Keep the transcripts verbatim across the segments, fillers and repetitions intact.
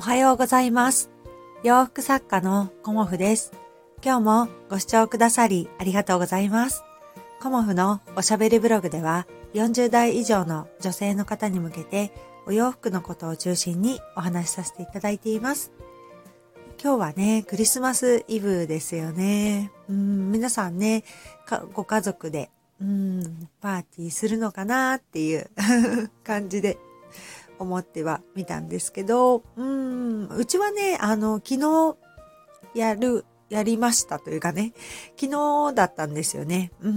はようございます。洋服作家のコモフです。今日もご視聴くださりありがとうございます。コモフのおしゃべりブログではよんじゅう代以上の女性の方に向けてお洋服のことを中心にお話しさせていただいています。今日はね、クリスマスイブですよね。うん、皆さんね、ご家族でうん、パーティーするのかなっていう感じで思ってはみたんですけど、うん、うちはね、あの、昨日やる、やりましたというかね、昨日だったんですよね。うん。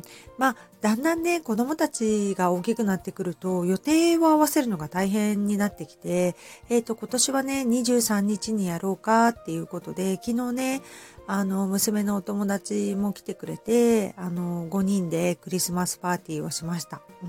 まあ、だんだんね、子供たちが大きくなってくると、予定を合わせるのが大変になってきて、えっと、今年はね、にじゅうさんにちにやろうかっていうことで、昨日ね、あの、娘のお友達も来てくれて、あの、ごにんでクリスマスパーティーをしました。うん。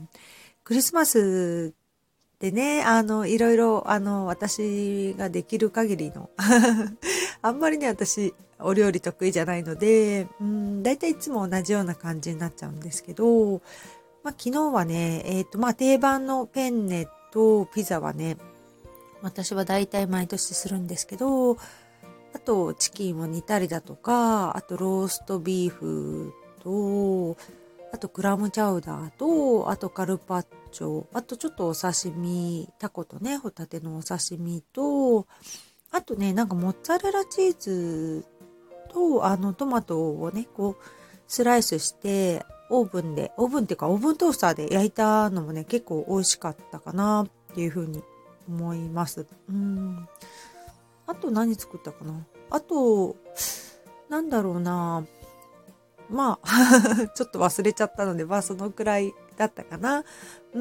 クリスマスでね、あの、いろいろ、あの、私ができる限りのあんまりね、私、お料理得意じゃないので、うん、だいたいいつも同じような感じになっちゃうんですけど、まあ、昨日はね、えっと、まあ、定番のペンネとピザはね、私はだいたい毎年するんですけど、あと、チキンを煮たりだとか、あと、ローストビーフと、あとクラムチャウダーと、あとカルパッチョ、あとちょっとお刺身、タコとね、ホタテのお刺身と、あとね、なんかモッツァレラチーズと、あのトマトをね、こう、スライスして、オーブンで、オーブンっていうかオーブントースターで焼いたのもね、結構美味しかったかなっていうふうに思います。うん。あと何作ったかなあと、なんだろうなまあ、ちょっと忘れちゃったので、まあそのくらいだったかな。うん、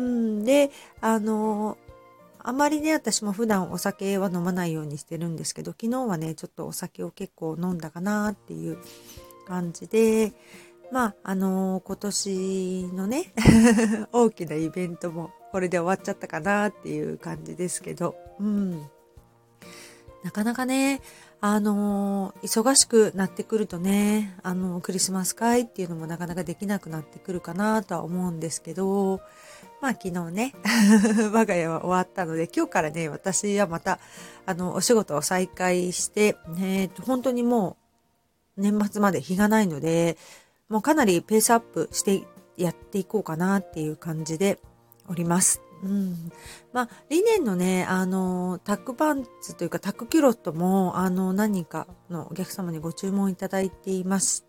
で、あの、あまりね、私も普段お酒は飲まないようにしてるんですけど、昨日はね、ちょっとお酒を結構飲んだかなっていう感じで、まあ、あの、今年のね、大きなイベントもこれで終わっちゃったかなっていう感じですけど、うん。なかなかね、あのー忙しくなってくるとね、あの、クリスマス会っていうのもなかなかできなくなってくるかなとは思うんですけど、まあ昨日ね、我が家は終わったので、今日からね、私はまた、あの、お仕事を再開して、ね、本当にもう年末まで日がないので、もうかなりペースアップしてやっていこうかなっていう感じでおります。うん。まあ、リネンのね、あの、タックパンツというかタックキュロットも、あの、何人かのお客様にご注文いただいていまして、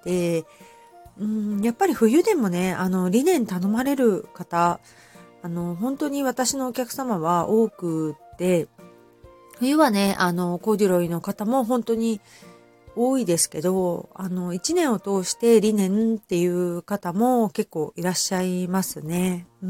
うん、やっぱり冬でもね、あの、リネン頼まれる方、あの、本当に私のお客様は多くて、冬はね、あの、コーデュロイの方も本当に多いですけど、あの、一年を通してリネンっていう方も結構いらっしゃいますね。うん。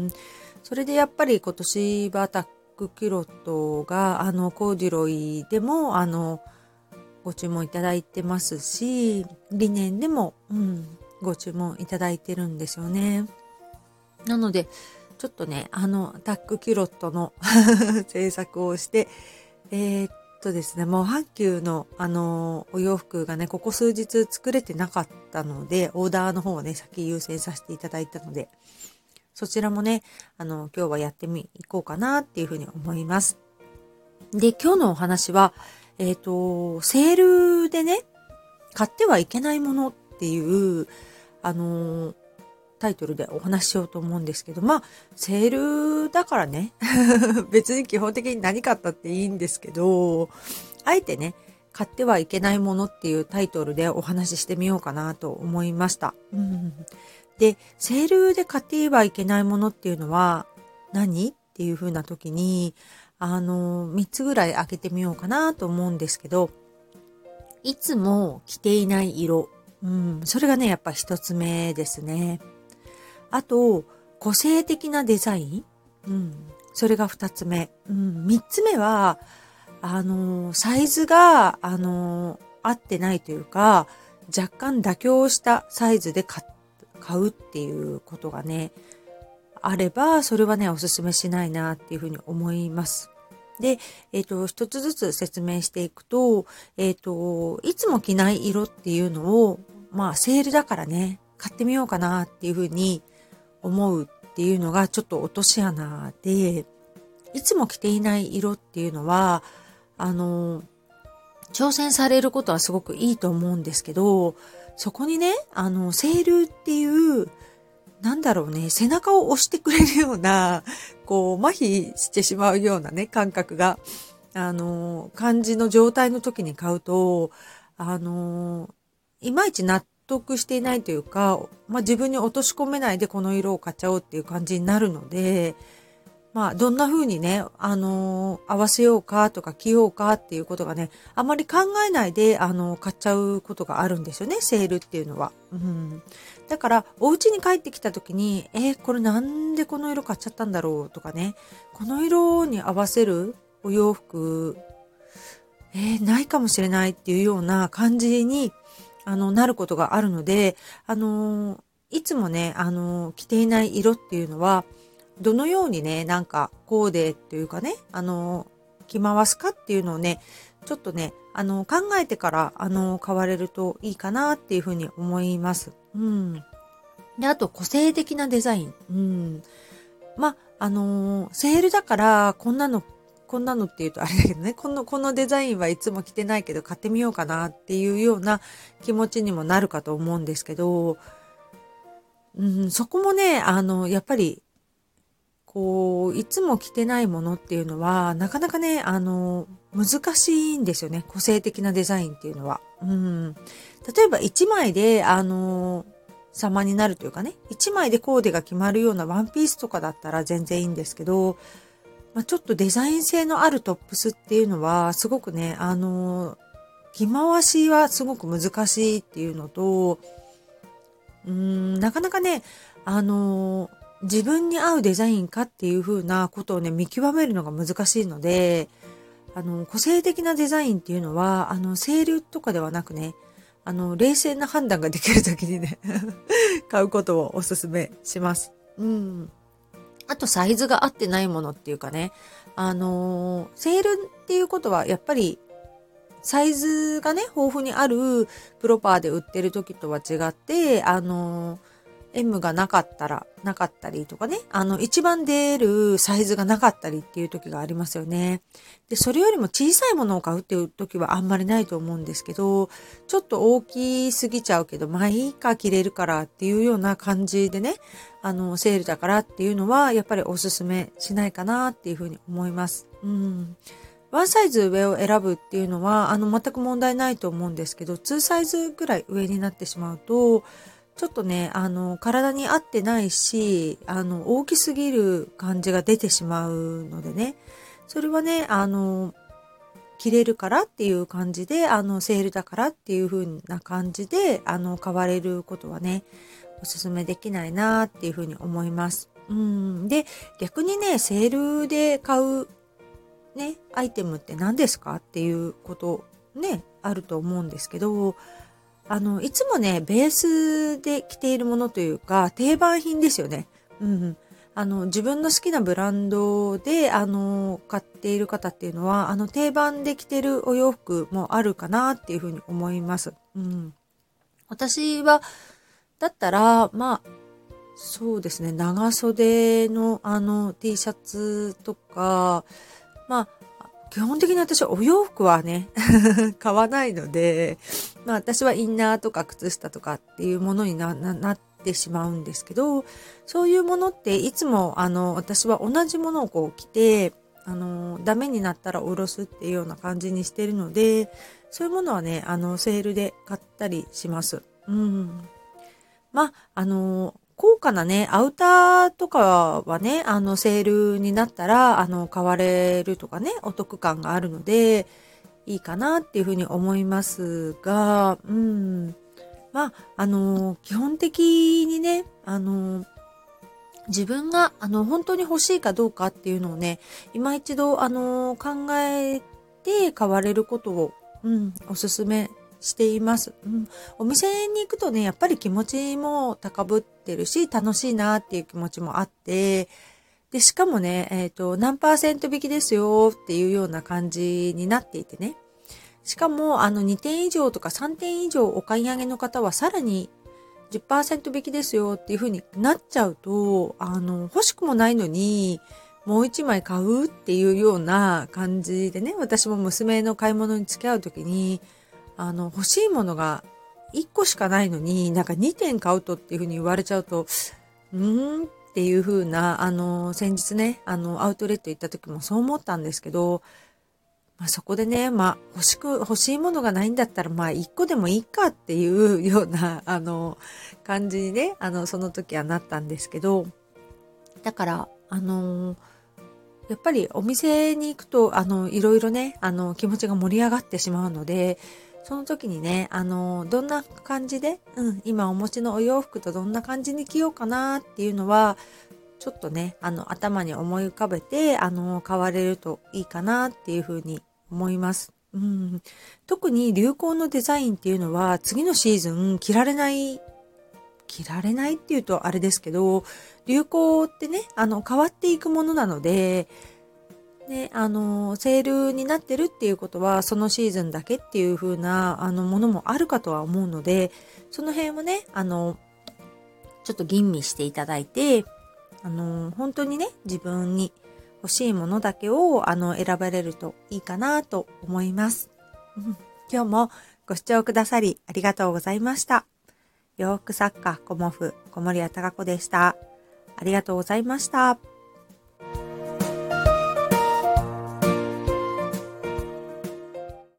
それでやっぱり今年はタックキュロットが、あの、コーデュロイでも、あの、ご注文いただいてますし、リネンでも、うん、ご注文いただいてるんですよね。なので、ちょっとね、あの、タックキュロットの制作をして、えー、っとですね、もう阪急のあのお洋服がね、ここ数日作れてなかったので、オーダーの方をね、先優先させていただいたので、そちらもね、あの、今日はやってみ、いこうかなっていうふうに思います。で、今日のお話は、えー、っと、セールでね、買ってはいけないものっていう、あのタイトルでお話ししようと思うんですけど、まあ、セールだからね、別に基本的に何買ったっていいんですけど、あえてね、買ってはいけないものっていうタイトルでお話ししてみようかなと思いました。うん、で、セールで買ってはいけないものっていうのは何っていう風な時に、あの、みっつぐらい開けてみようかなと思うんですけど、いつも着ていない色。うん、それがね、やっぱ一つ目ですね。あと、個性的なデザイン、うん、それが二つ目。うん、三つ目は、あのー、サイズが、あのー、合ってないというか、若干妥協したサイズで買うっていうことがね、あれば、それはね、おすすめしないなっていうふうに思います。で、えっと、一つずつ説明していくと、えっと、いつも着ない色っていうのを、まあ、セールだからね、買ってみようかなっていうふうに思うっていうのがちょっと落とし穴で、いつも着ていない色っていうのは、 あの、挑戦されることはすごくいいと思うんですけど、そこにね、あの、セールっていう、なんだろうね、背中を押してくれるような、こう、麻痺してしまうようなね、感覚が、あの、感じの状態の時に買うと、あの、いまいち納得していないというか、まあ、自分に落とし込めないでこの色を買っちゃおうっていう感じになるので、まあ、どんな風にね、あの合わせようかとか着ようかっていうことがね、あまり考えないで、あの買っちゃうことがあるんですよね、セールっていうのは。うん。だから、お家に帰ってきた時に、えー、これなんでこの色買っちゃったんだろうとかね、この色に合わせるお洋服、えー、ないかもしれないっていうような感じに、あの、なることがあるので、あのいつもね、あの着ていない色っていうのは、どのようにね、なんかコーデというかね、あの、着回すかっていうのをね、ちょっとね、あの、考えてから、あの、買われるといいかなっていうふうに思います。うん。で、あと、個性的なデザイン。うん。まあ、あのセールだから、こんなの、こんなのって言うとあれだけどね、この、このデザインはいつも着てないけど買ってみようかなっていうような気持ちにもなるかと思うんですけど、うん、そこもね、あの、やっぱり、こう、いつも着てないものっていうのは、なかなかね、あの、難しいんですよね。個性的なデザインっていうのは。うん。例えば一枚で、あの、様になるというかね、一枚でコーデが決まるようなワンピースとかだったら全然いいんですけど、まあ、ちょっとデザイン性のあるトップスっていうのは、すごくね、あの、着回しはすごく難しいっていうのと、うーん、なかなかね、あの、自分に合うデザインかっていう風なことをね、見極めるのが難しいので、あの、個性的なデザインっていうのは、あの、セールとかではなくね、あの、冷静な判断ができるときにね買うことをお勧めします。うん。あと、サイズが合ってないものっていうかね、あの、セールっていうことは、やっぱり、サイズがね、豊富にあるプロパーで売ってる時とは違って、あの、エム がなかったら、なかったりとかね、あの、一番出るサイズがなかったりっていう時がありますよね。で、それよりも小さいものを買うっていう時はあんまりないと思うんですけど、ちょっと大きすぎちゃうけど、まあいいか着れるからっていうような感じでね、あの、セールだからっていうのは、やっぱりおすすめしないかなっていうふうに思います。うん。ワンサイズ上を選ぶっていうのは、あの、全く問題ないと思うんですけど、ツーサイズぐらい上になってしまうと、ちょっとね、あの、体に合ってないし、あの、大きすぎる感じが出てしまうのでね、それはね、あの、着れるからっていう感じで、あの、セールだからっていう風な感じで、あの、買われることはね、おすすめできないなっていう風に思います。うん。で、逆にね、セールで買うね、アイテムって何ですかっていうことね、あると思うんですけど、あの、いつもね、ベースで着ているものというか、定番品ですよね。うん。あの、自分の好きなブランドで、あの、買っている方っていうのは、あの、定番で着てるお洋服もあるかなっていうふうに思います。うん。私は、だったら、まあ、そうですね、長袖のあの T シャツとか、まあ、基本的に私はお洋服はね、買わないので、まあ私はインナーとか靴下とかっていうものにな、な、なってしまうんですけど、そういうものっていつもあの、私は同じものをこう着て、あの、ダメになったら下ろすっていうような感じにしてるので、そういうものはね、あの、セールで買ったりします。うん。まあ、あの、高価なね、アウターとかはね、あの、セールになったら、あの、買われるとかね、お得感があるので、いいかなっていうふうに思いますが、うん。まあ、あの、基本的にね、あの、自分が、あの、本当に欲しいかどうかっていうのをね、今一度、あの、考えて買われることを、うん、おすすめしています。うん、お店に行くとね、やっぱり気持ちも高ぶってるし、楽しいなっていう気持ちもあって、で、しかもね、えっと、何パーセント引きですよっていうような感じになっていてね。しかも、あの、にてん以上とかさんてん以上お買い上げの方はさらにじゅっパーセント引きですよっていう風になっちゃうと、あの、欲しくもないのに、 もう一枚買うっていうような感じでね、私も娘の買い物に付き合うときに、あの、欲しいものがいっこしかないのに、なんかにてん買うとっていうふうに言われちゃうと、うーんっていうふうな、あの、先日ね、あの、アウトレット行った時もそう思ったんですけど、まあ、そこでね、まあ、欲しく、欲しいものがないんだったら、まあ、いっこでもいいかっていうような、あの、感じにね、あの、その時はなったんですけど、だから、あの、やっぱりお店に行くと、あの、いろいろね、あの、気持ちが盛り上がってしまうので、その時にね、あの、どんな感じで、うん、今お持ちのお洋服とどんな感じに着ようかなっていうのは、ちょっとね、あの、頭に思い浮かべて、あの、買われるといいかなっていうふうに思います。うん、特に流行のデザインっていうのは、次のシーズン着られない、着られないっていうとあれですけど、流行ってね、あの、変わっていくものなので、ね、あの、セールになってるっていうことは、そのシーズンだけっていう風な、あの、ものもあるかとは思うので、その辺はね、あの、ちょっと吟味していただいて、あの、本当にね、自分に欲しいものだけを、あの、選ばれるといいかなと思います。うん、今日もご視聴くださりありがとうございました。洋服作家コモフ小森屋隆子でした。ありがとうございました。